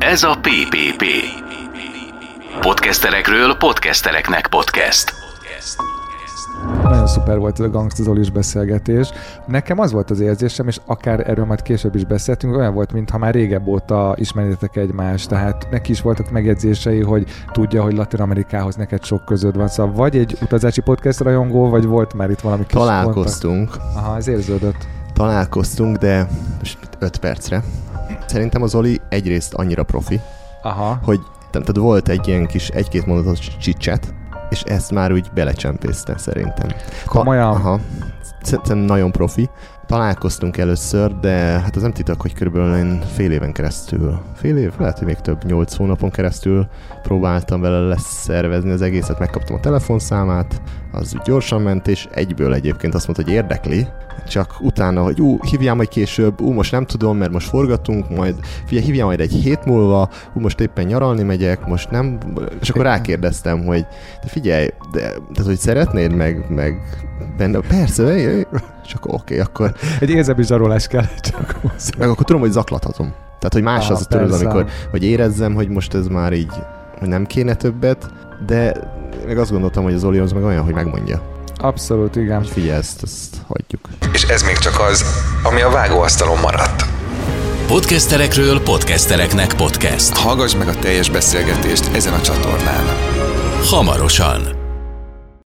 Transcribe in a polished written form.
Ez a PPP. Podcasterekről podcastereknek podcast. Nagyon szuper volt ez a Gangsta Zolis beszélgetés. Nekem az volt az érzésem, és akár erről majd később is beszéltünk, olyan volt, mintha már régebb óta ismeritek egymást, tehát neki is voltak megjegyzései, hogy tudja, hogy Latin Amerikához neked sok közöd van, szóval vagy egy utazási podcast rajongó, vagy volt már itt valami kis Találkoztunk. Aha, ez érződött. Találkoztunk, de most 5 percre. Szerintem az Zoli egyrészt annyira profi, hogy tehát volt egy ilyen kis 1-2 mondatos chit-chat, és ezt már úgy belecsempészte szerintem. Komolyan? Aha. Szerintem nagyon profi. Találkoztunk először, de hát az nem titok, hogy körülbelül fél éven keresztül, lehet, hogy még több, 8 hónapon keresztül próbáltam vele leszervezni az egészet, megkaptam a telefonszámát, az úgy gyorsan ment, és egyből egyébként azt mondta, hogy érdekli, csak utána, hogy hívjál majd később, most nem tudom, mert most forgatunk, majd hívjál majd egy hét múlva, most éppen nyaralni megyek, most nem, és akkor rákérdeztem, hogy de figyelj, tehát hogy szeretnéd meg benne, persze, és akkor oké, akkor... Egy érzelmi zsarolás kell csak hozzá. Meg akkor tudom, hogy zaklathatom. Tehát, hogy más az tudod, amikor hogy érezzem, hogy most ez már így, hogy nem kéne többet, de meg azt gondoltam, hogy az Zoli az meg olyan, hogy megmondja. Abszolút, igen. Figyelj, ezt hagyjuk. És ez még csak az, ami a vágóasztalon maradt. Podcasterekről podcastereknek podcast. Hallgass meg a teljes beszélgetést ezen a csatornán. Hamarosan.